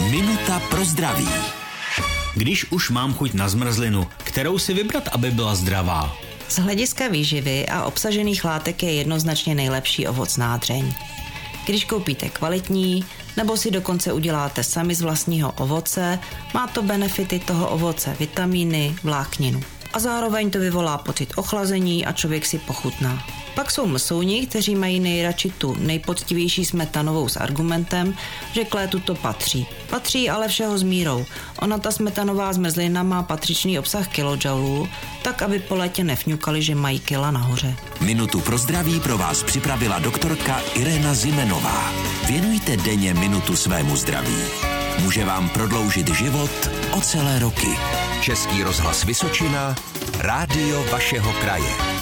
Minuta pro zdraví. Když už mám chuť na zmrzlinu, kterou si vybrat, aby byla zdravá? Z hlediska výživy a obsažených látek je jednoznačně nejlepší ovocná dřeň. Když koupíte kvalitní, nebo si dokonce uděláte sami z vlastního ovoce, má to benefity toho ovoce, vitamíny, vlákninu. A zároveň to vyvolá pocit ochlazení a člověk si pochutná. Pak jsou msouni, kteří mají nejradši tu nejpoctivější smetanovou s argumentem, že k létu to patří. Patří ale všeho s mírou. Ona ta smetanová zmrzlina má patřičný obsah kilojoulů, tak aby po létě nefňukali, že mají kila nahoře. Minutu pro zdraví pro vás připravila doktorka Irena Zimenová. Věnujte denně minutu svému zdraví. Může vám prodloužit život o celé roky. Český rozhlas Vysočina, rádio vašeho kraje.